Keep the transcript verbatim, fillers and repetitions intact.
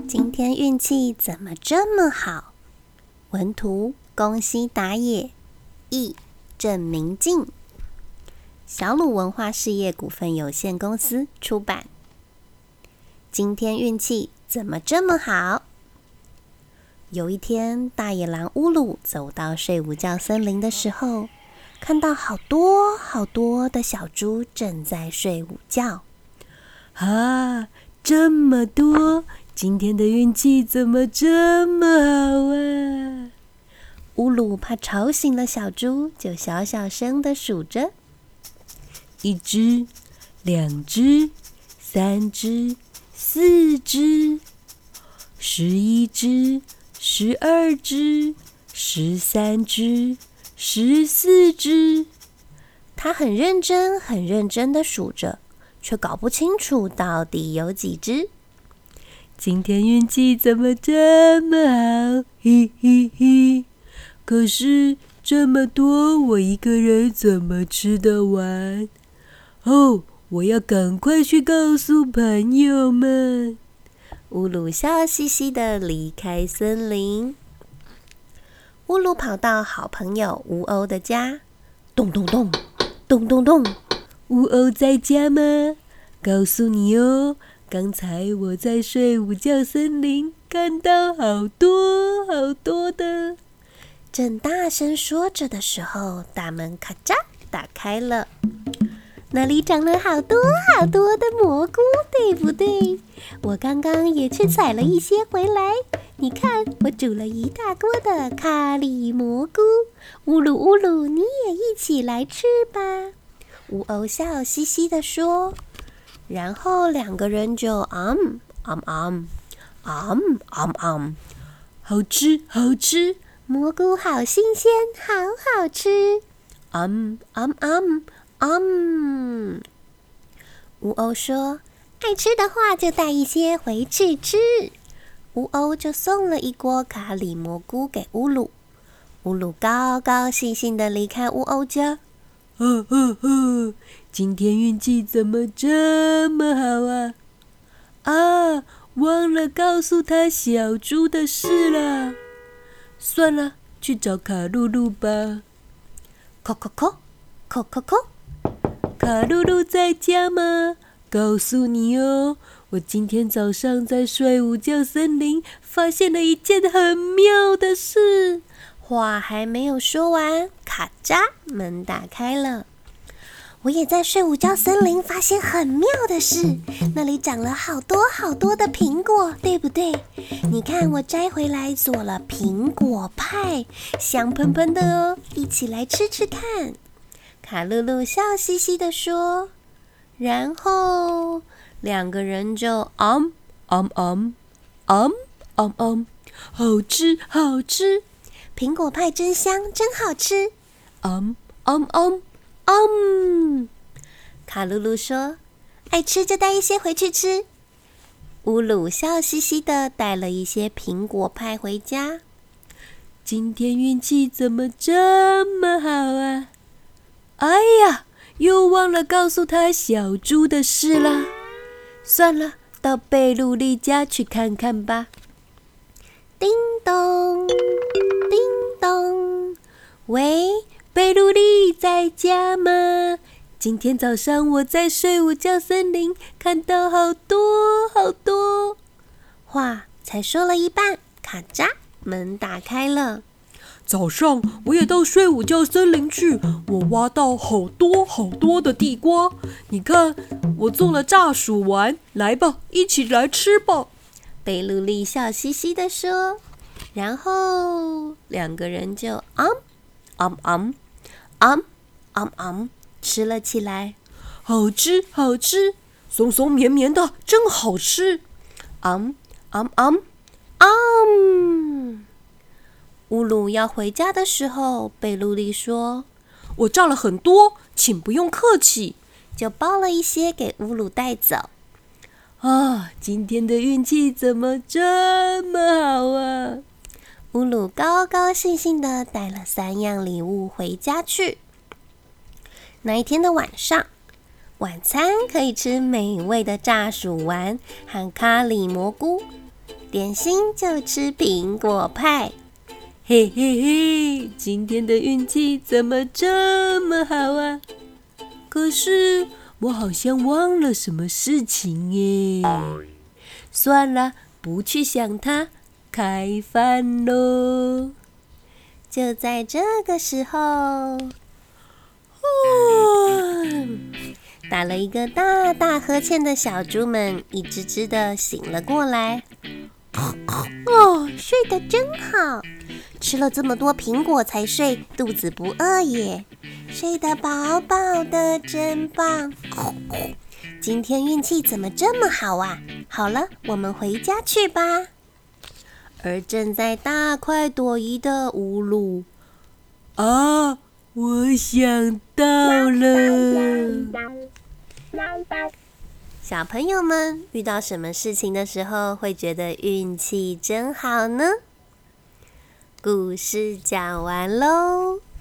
今天运气怎么这么好？文图：宫西达也，译：郑明镜，小鲁文化事业股份有限公司出版。今天运气怎么这么好？有一天，大野狼乌鲁走到睡午觉森林的时候，看到好多好多的小猪正在睡午觉。 啊，这么多！今天的运气怎么这么好啊？ 乌鲁怕吵醒了小猪，就小小声地数着： 一只，两只，三只，四只，十一只，十二只，十三只，十四只。 他很认真、很认真地数着，却搞不清楚到底有几只。 今天运气怎么这么好？嘿嘿嘿！可是这么多，我一个人怎么吃得完？哦，我要赶快去告诉朋友们。 乌鲁笑嘻嘻地离开森林。乌鲁跑到好朋友乌欧的家，咚咚咚，咚咚咚。 乌欧在家吗？告诉你哦。刚才我在睡午觉森林看到好多好多的。 正大声说着的时候，大门咔嚓打开了，那里长了好多好多的蘑菇，对不对？我刚刚也去采了一些回来，你看我煮了一大锅的咖喱蘑菇，乌鲁乌鲁，你也一起来吃吧。乌欧笑嘻嘻地说。然后两个人就嗯嗯嗯嗯嗯嗯， 好吃好吃， 蘑菇好新鲜，好好吃。嗯嗯嗯嗯，乌欧说：“爱吃的话就带一些回去吃。”乌欧就送了一锅咖喱蘑菇给乌鲁。乌鲁高高兴兴地离开乌欧家。 哦哦哦！今天运气怎么这么好啊？啊，忘了告诉他小猪的事了。算了，去找卡露露吧。 扣扣扣，扣扣扣。 卡露露在家吗？告诉你哦，我今天早上在睡午觉森林发现了一件很妙的事。 话还没有说完，咔嚓，门打开了。我也在睡午觉森林发现很妙的事，那里长了好多好多的苹果，对不对？你看我摘回来做了苹果派，香喷喷的哦，一起来吃吃看。卡露露笑嘻嘻地说，然后两个人就嗯嗯嗯嗯嗯嗯， 好吃好吃， 苹果派真香，真好吃。 嗯嗯嗯嗯，卡露露说：“爱吃就带一些回去吃。”乌鲁笑嘻嘻地带了一些苹果派回家。 今天运气怎么这么好啊？哎呀，又忘了告诉他小猪的事啦。算了，到贝露丽家去看看吧。 叮咚，叮咚，喂？ 贝露丽在家吗？今天早上我在睡午觉森林看到好多好多。 话才说了一半，咔嚓，门打开了。 早上我也到睡午觉森林去，我挖到好多好多的地瓜。你看，我做了炸薯丸，来吧，一起来吃吧。 贝露丽笑嘻嘻地说，然后两个人就嗯嗯嗯。嗯嗯嗯，吃了起来， 好吃好吃，松松绵绵的，真好吃。 嗯嗯嗯嗯。乌鲁要回家的时候，贝露丽说：“ 我炸了很多，请不用客气。” 就包了一些给乌鲁带走。 啊，今天的运气怎么这么好啊？ 乌鲁高高兴兴地带了三样礼物回家去。那一天的晚上，晚餐可以吃美味的炸薯丸和咖喱蘑菇。 点心就吃苹果派。 嘿嘿嘿，今天的运气怎么这么好啊？可是我好像忘了什么事情耶。算了，不去想它，开饭喽！ 就在这个时候，哦，打了一个大大呵欠的小猪们，一只只的醒了过来。哦，睡得真好，吃了这么多苹果才睡，肚子不饿耶，睡得饱饱的，真棒。今天运气怎么这么好啊？好了，我们回家去吧。而正在大快朵颐的乌鲁， 啊，我想到了。 小朋友们遇到什么事情的时候会觉得运气真好呢？故事讲完喽。